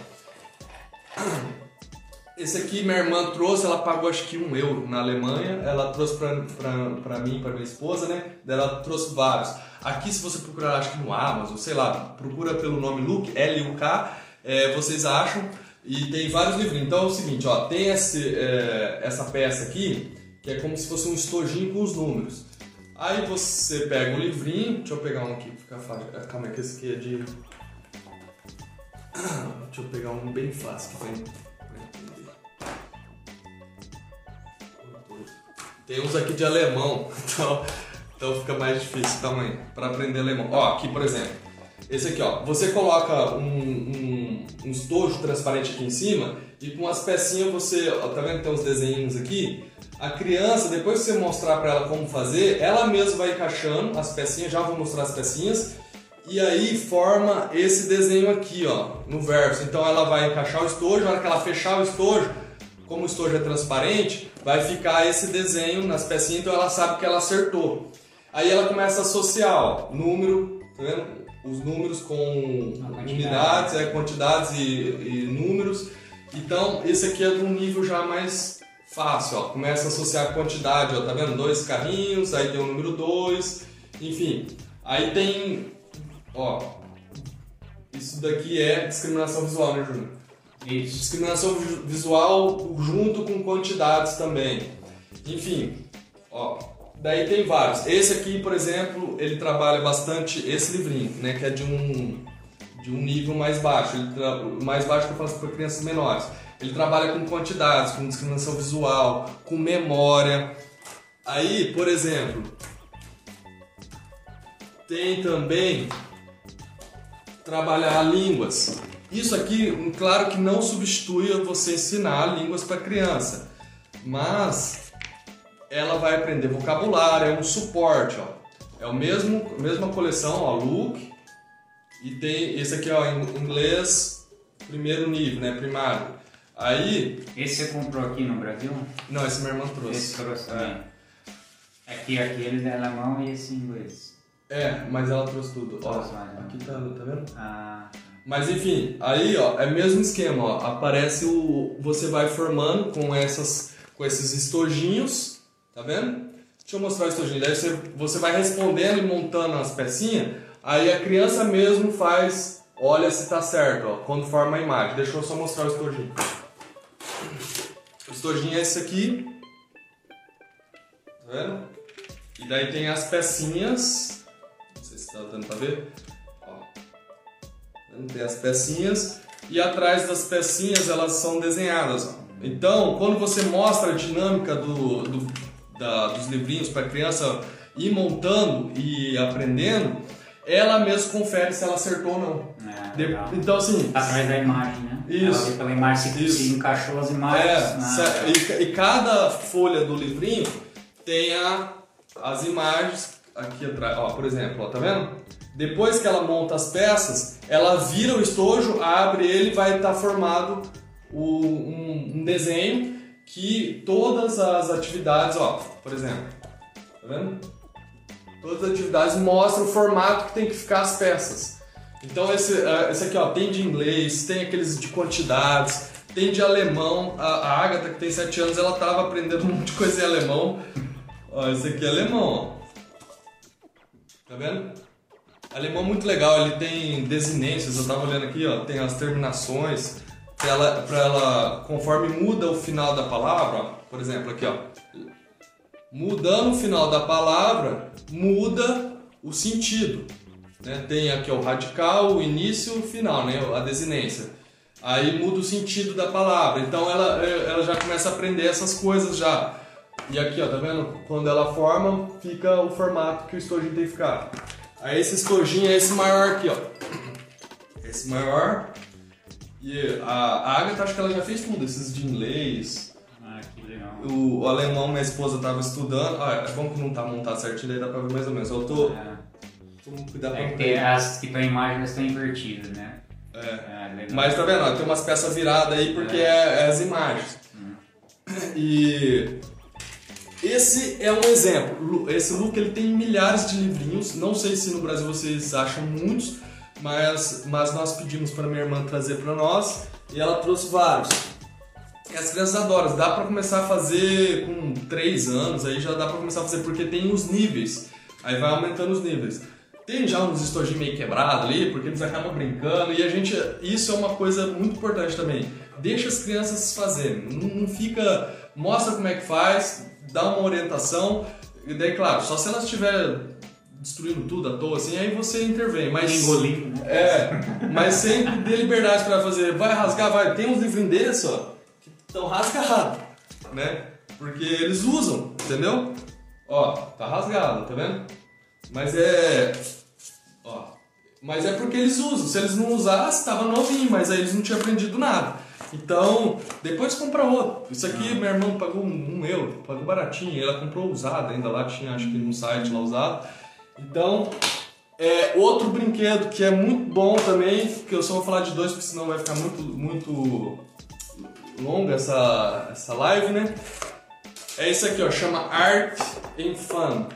S1: Esse aqui minha irmã trouxe, ela pagou acho que um euro na Alemanha, ela trouxe pra, pra, pra mim, pra minha esposa, né? Ela trouxe vários. Aqui se você procurar, acho que no Amazon, sei lá, procura pelo nome Look, L U K, é, vocês acham, e tem vários livrinhos. Então é o seguinte, ó, tem esse, é, essa peça aqui, que é como se fosse um estojinho com os números. Aí você pega o livrinho, deixa eu pegar um aqui, fica fácil, calma aí que esse aqui é de... Deixa eu pegar um bem fácil que vai... Tem uns aqui de alemão, então, então fica mais difícil também para aprender alemão. Ó, aqui por exemplo, esse aqui ó, você coloca um, um, um estojo transparente aqui em cima e com as pecinhas você, ó, tá vendo que tem uns desenhos aqui? A criança, depois que você mostrar para ela como fazer, ela mesma vai encaixando as pecinhas, já vou mostrar as pecinhas, e aí forma esse desenho aqui ó, no verso. Então ela vai encaixar o estojo, na hora que ela fechar o estojo, como o estojo é transparente, vai ficar esse desenho nas pecinhas, então ela sabe que ela acertou. Aí ela começa a associar, ó, número, tá vendo? Os números com unidades, é, quantidades e, e números. Então esse aqui é de um nível já mais fácil, ó. Começa a associar a quantidade, ó, tá vendo? Dois carrinhos, aí tem o número dois, enfim. Aí tem, ó, isso daqui é discriminação visual, né, Júnior?
S2: Isso.
S1: Discriminação visual junto com quantidades também. Enfim, ó, daí tem vários. Esse aqui, por exemplo, ele trabalha bastante esse livrinho, né, que é de um, de um nível mais baixo. Ele tra... mais baixo que eu faço para crianças menores. Ele trabalha com quantidades, com discriminação visual, com memória. Aí, por exemplo, tem também trabalhar línguas. Isso aqui, claro que não substitui você ensinar línguas para criança, mas ela vai aprender vocabulário, é um suporte, ó. É o mesmo, a mesma coleção, ó, Look, e tem esse aqui, ó, em inglês primeiro nível, né, primário. Aí...
S2: Esse você comprou aqui no Brasil?
S1: Não, esse minha irmã trouxe.
S2: Esse trouxe também. É. Aqui, aquele é alemão e esse em inglês.
S1: É, mas ela trouxe tudo. Ó,
S2: Trouxe mais, né?
S1: aqui tá, tá vendo?
S2: Ah...
S1: Mas enfim, aí ó, é o mesmo esquema, ó, aparece o... você vai formando com, essas, com esses estojinhos, tá vendo? Deixa eu mostrar o estojinho, daí você, você vai respondendo e montando as pecinhas, aí a criança mesmo faz, olha se tá certo, ó, quando forma a imagem. Deixa eu só mostrar o estojinho. O estojinho é esse aqui, tá vendo? E daí tem as pecinhas, não sei se tá dando pra ver. Tem as pecinhas e atrás das pecinhas elas são desenhadas. Ó. Então, quando você mostra a dinâmica do, do, da, dos livrinhos para a criança ir montando e aprendendo, ela mesma confere se ela acertou ou não.
S2: É,
S1: De, então, assim...
S2: Através da imagem, né?
S1: Isso.
S2: Ela vê pela imagem se, se encaixou as imagens.
S1: É,
S2: na...
S1: e, e cada folha do livrinho tem a, as imagens aqui atrás. Ó, por exemplo, ó, tá vendo? Depois que ela monta as peças, ela vira o estojo, abre ele e vai estar formado o, um, um desenho que todas as atividades, ó, por exemplo, tá vendo? Todas as atividades mostram o formato que tem que ficar as peças. Então esse, esse aqui ó, tem de inglês, tem aqueles de quantidades, tem de alemão. A, a Agatha, que tem sete anos, ela estava aprendendo um monte de coisa em alemão. Ó, esse aqui é alemão, ó. Tá vendo? Alemão muito legal, ele tem desinências, eu tava olhando aqui, ó, tem as terminações, pra ela, pra ela, conforme muda o final da palavra, ó, por exemplo, aqui, ó, mudando o final da palavra, muda o sentido, né? Tem aqui ó, o radical, o início e o final, né? A desinência. Aí muda o sentido da palavra, então ela, ela já começa a aprender essas coisas já. E aqui, ó, tá vendo? Quando ela forma, fica o formato que o estojinho tem que ficar. Aí esse estojinho é esse maior aqui, ó. Esse maior. E a, a Agatha, acho que ela já fez tudo, esses de inglês.
S2: Ah, que legal.
S1: O, o alemão, minha esposa tava estudando. Ah, é bom que não tá montado certinho, daí dá pra ver mais ou menos. Eu tô...
S2: É.
S1: Vamos cuidar pra
S2: É que
S1: ver.
S2: tem as que estão em imagens estão invertidas, né?
S1: É.
S2: É, legal.
S1: Mas tá vendo, ó, tem umas peças viradas aí porque é,
S2: É.
S1: é as imagens.
S2: Hum.
S1: E esse é um exemplo. Esse Luke ele tem milhares de livrinhos. Não sei se no Brasil vocês acham muitos, mas, mas nós pedimos para minha irmã trazer para nós e ela trouxe vários. E as crianças adoram. Dá para começar a fazer com três anos, aí já dá para começar a fazer porque tem os níveis. Aí vai aumentando os níveis. Tem já uns estojinhos meio quebrados ali, porque eles acabam brincando e a gente... Isso é uma coisa muito importante também. Deixa as crianças fazerem. Não, não fica... Mostra como é que faz, dá uma orientação. E daí, claro, só se elas estiverem destruindo tudo à toa, assim, aí você intervém. Mas,
S2: engolindo, né?
S1: É, mas sempre dê liberdade para fazer. Vai rasgar, vai. Tem uns livrinhos desses, ó, que estão rasgados, né? Porque eles usam, entendeu? Ó, tá rasgado, tá vendo? Mas é... Ó, mas é porque eles usam. Se eles não usassem, tava novinho, mas aí eles não tinham aprendido nada. Então, depois compra outro. Isso aqui, minha irmã pagou um, um euro, pagou baratinho. Ela comprou usado ainda lá, tinha acho que num site lá usado. Então, é outro brinquedo que é muito bom também, que eu só vou falar de dois, porque senão vai ficar muito, muito longa essa, essa live, né? É isso aqui, ó, chama Art and Fun.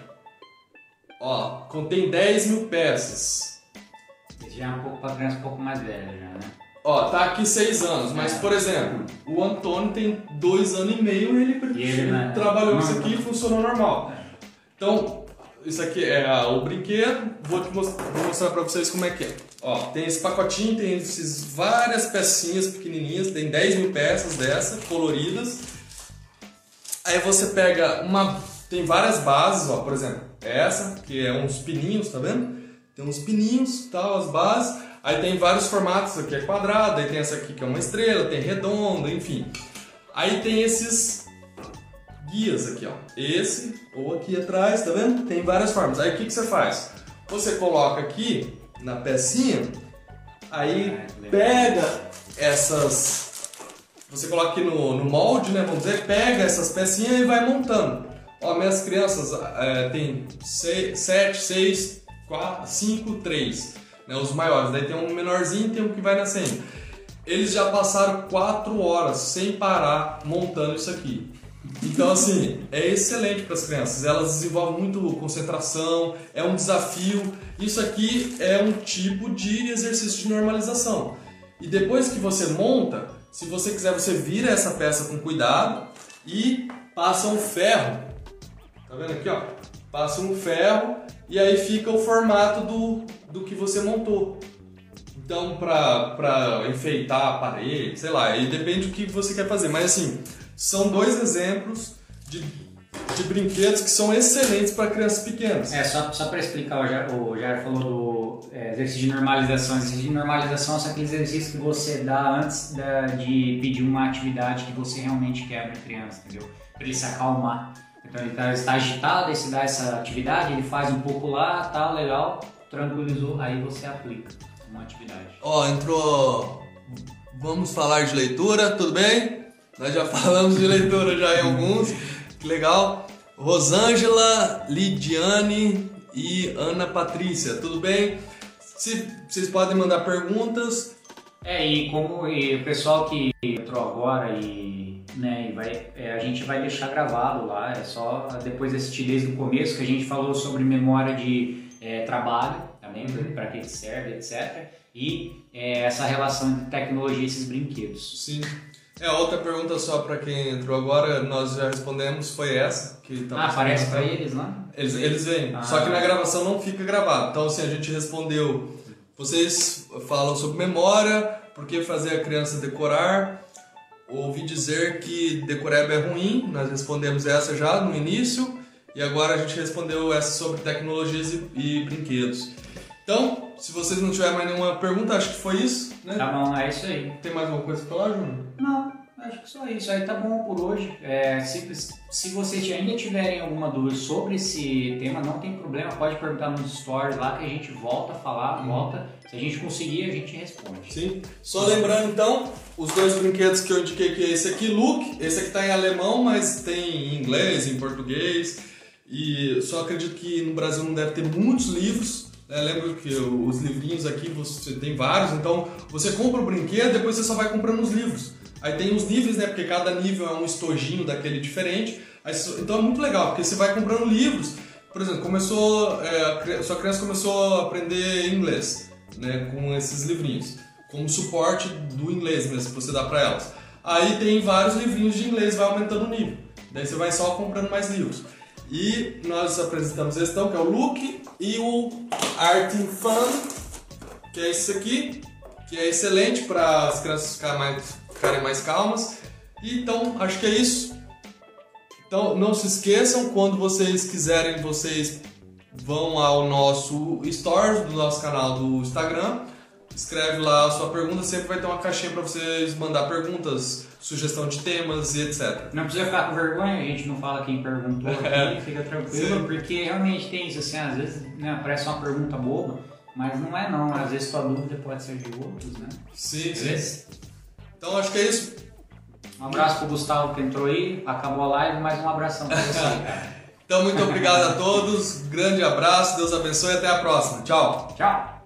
S1: Ó, contém dez mil peças.
S2: Esse já é um pouco para criança um pouco mais velha já, né?
S1: Ó, tá aqui seis anos, mas por exemplo, o Antônio tem dois anos e meio e ele,
S2: E ele, né?
S1: trabalhou com isso aqui e funcionou normal. Então, isso aqui é ah, o brinquedo, vou, te mostrar, vou mostrar pra vocês como é que é. Ó, tem esse pacotinho, tem esses várias pecinhas pequenininhas, tem dez mil peças dessa, coloridas. Aí você pega uma... Tem várias bases, ó, por exemplo, essa, que é uns pininhos, tá vendo? Tem uns pininhos, tal, as bases. Aí tem vários formatos, aqui é quadrado, aí tem essa aqui que é uma estrela, tem redondo, enfim. Aí tem esses guias aqui, ó. Esse, ou aqui atrás, tá vendo? Tem várias formas. Aí o que, que você faz? Você coloca aqui na pecinha, aí pega essas... Você coloca aqui no, no molde, né, vamos dizer, pega essas pecinhas e vai montando. Ó, minhas crianças é, tem sete, seis, quatro, cinco, três, né, os maiores. Daí tem um menorzinho e tem um que vai nascendo. Eles já passaram quatro horas sem parar montando isso aqui. Então, assim, é excelente para as crianças. Elas desenvolvem muito concentração, é um desafio. Isso aqui é um tipo de exercício de normalização. E depois que você monta, se você quiser, você vira essa peça com cuidado e passa um ferro. Tá vendo aqui, ó? Passa um ferro e aí fica o formato do, do que você montou. Então, pra, pra enfeitar a parede, sei lá, aí depende do que você quer fazer. Mas assim, são dois exemplos de, de brinquedos que são excelentes para crianças pequenas.
S2: É, só, só para explicar, o Jair, o Jair falou do é, exercício de normalização. Exercício de normalização são aqueles exercícios que você dá antes da, de pedir uma atividade que você realmente quer para a criança, entendeu? Para ele se acalmar. Então ele tá, está agitado, aí você dá essa atividade, ele faz um pouco lá, tá legal, tranquilizou, aí você aplica uma atividade.
S1: Ó, entrou... Vamos falar de leitura, tudo bem? Nós já falamos de leitura já em alguns, que legal. Rosângela, Lidiane e Ana Patrícia, tudo bem? Se, vocês podem mandar perguntas.
S2: É, e como e o pessoal que entrou agora e, né, e vai, é, a gente vai deixar gravado lá, é só depois assistir desde o começo que a gente falou sobre memória de é, trabalho, também, uhum. Para que serve, etcétera. E é, essa relação entre tecnologia e esses brinquedos.
S1: Sim. É, outra pergunta só para quem entrou agora, nós já respondemos, foi essa. Que
S2: ah, aparece para eles lá?
S1: Eles, eles vêm,
S2: ah.
S1: Só que na gravação não fica gravado. Então, assim, a gente respondeu. Vocês falam sobre memória, por que fazer a criança decorar. Ouvi dizer que decoreba é ruim, nós respondemos essa já no início. E agora a gente respondeu essa sobre tecnologias e, e brinquedos. Então, se vocês não tiverem mais nenhuma pergunta, acho que foi isso, né?
S2: Tá bom, é isso aí.
S1: Tem mais alguma coisa pra falar, Júnior?
S2: Não, Acho que só isso aí tá bom por hoje. É, se, se vocês ainda tiverem alguma dúvida sobre esse tema, não tem problema, pode perguntar nos stories lá que a gente volta a falar, hum. volta. Se a gente conseguir, a gente responde.
S1: Sim. Só lembrando então, os dois brinquedos que eu indiquei, que é esse aqui, Look, esse aqui tá em alemão, mas tem em inglês, em português. E só acredito que no Brasil não deve ter muitos livros. É, lembro que os livrinhos aqui você tem vários, então você compra o brinquedo, depois você só vai comprando os livros. Aí tem os níveis, né? Porque cada nível é um estojinho daquele diferente. Aí, então é muito legal, porque você vai comprando livros. Por exemplo, começou, é, sua criança começou a aprender inglês, né? Com esses livrinhos, como suporte do inglês mesmo, pra você dar pra elas. Aí tem vários livrinhos de inglês, vai aumentando o nível. Daí você vai só comprando mais livros. E nós apresentamos esse então, que é o Look, e o Art in Fun, que é esse aqui, que é excelente para as crianças ficarem mais, ficarem mais calmas. E então, acho que é isso. Então, não se esqueçam, quando vocês quiserem, vocês vão ao nosso Stories do nosso canal do Instagram, escreve lá a sua pergunta, sempre vai ter uma caixinha para vocês mandar perguntas, sugestão de temas e etcétera.
S2: Não precisa ficar com vergonha, a gente não fala quem perguntou aqui, é, fica tranquilo, sim. Porque realmente tem isso, assim, às vezes, né, parece uma pergunta boba, mas não é não, às vezes sua dúvida pode ser de outros, né?
S1: Sim, sim. Então acho que é isso.
S2: Um abraço pro Gustavo que entrou aí, acabou a live, mais um abração pra você, cara.
S1: Então muito obrigado a todos, grande abraço, Deus abençoe e até a próxima. Tchau.
S2: Tchau.